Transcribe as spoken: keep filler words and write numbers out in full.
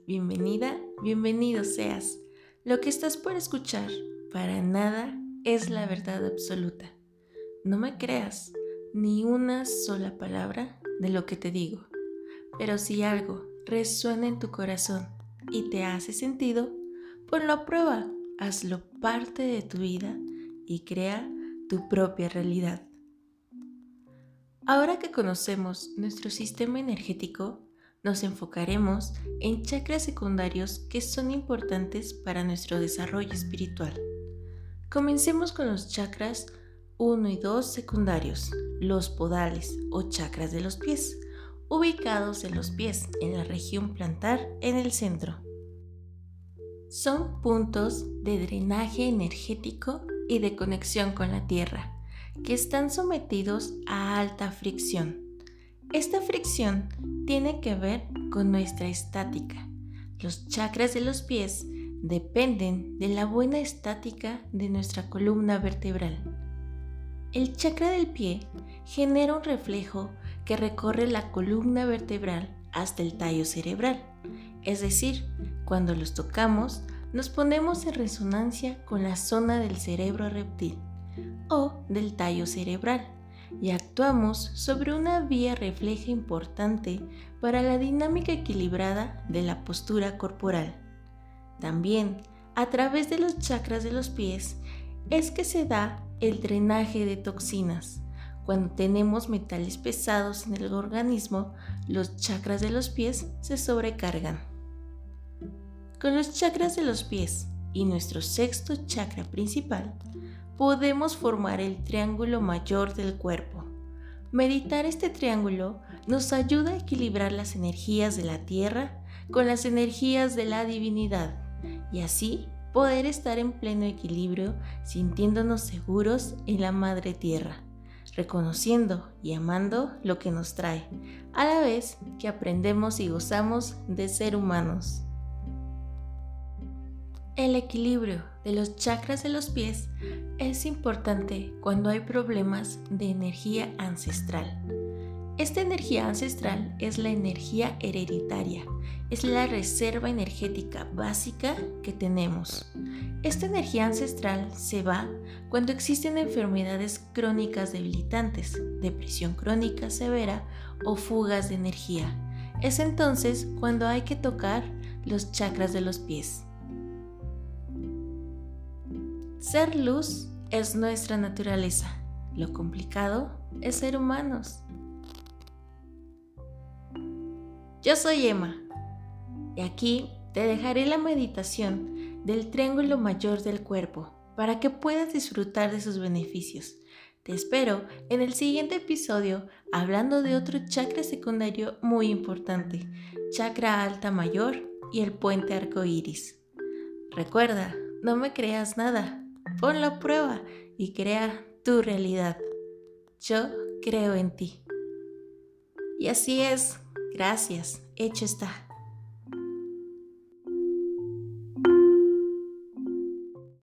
bienvenida, bienvenido seas. Lo que estás por escuchar para nada es la verdad absoluta. No me creas ni una sola palabra de lo que te digo, pero si algo resuena en tu corazón y te hace sentido, ponlo a prueba, hazlo parte de tu vida y crea tu propia realidad. Ahora que conocemos nuestro sistema energético, nos enfocaremos en chakras secundarios que son importantes para nuestro desarrollo espiritual. Comencemos con los chakras uno y dos secundarios, los podales o chakras de los pies, ubicados en los pies, en la región plantar, en el centro. Son puntos de drenaje energético y de conexión con la tierra, que están sometidos a alta fricción. Esta fricción tiene que ver con nuestra estática. Los chakras de los pies dependen de la buena estática de nuestra columna vertebral. El chakra del pie genera un reflejo que recorre la columna vertebral hasta el tallo cerebral, es decir, cuando los tocamos nos ponemos en resonancia con la zona del cerebro reptil o del tallo cerebral y actuamos sobre una vía refleja importante para la dinámica equilibrada de la postura corporal. También, a través de los chakras de los pies, es que se da el drenaje de toxinas. Cuando tenemos metales pesados en el organismo, los chakras de los pies se sobrecargan. Con los chakras de los pies y nuestro sexto chakra principal, podemos formar el triángulo mayor del cuerpo. Meditar este triángulo nos ayuda a equilibrar las energías de la tierra con las energías de la divinidad y así poder estar en pleno equilibrio sintiéndonos seguros en la madre tierra, reconociendo y amando lo que nos trae, a la vez que aprendemos y gozamos de ser humanos. El equilibrio de los chakras de los pies es importante cuando hay problemas de energía ancestral. Esta energía ancestral es la energía hereditaria, es la reserva energética básica que tenemos. Esta energía ancestral se va cuando existen enfermedades crónicas debilitantes, depresión crónica severa o fugas de energía. Es entonces cuando hay que tocar los chakras de los pies. Ser luz es nuestra naturaleza. Lo complicado es ser humanos. Yo soy Emma y aquí te dejaré la meditación del triángulo mayor del cuerpo para que puedas disfrutar de sus beneficios. Te espero en el siguiente episodio hablando de otro chakra secundario muy importante, chakra alta mayor y el puente arcoíris. Recuerda, no me creas nada. Ponlo a prueba y crea tu realidad. Yo creo en ti. Y así es. Gracias. Hecho está.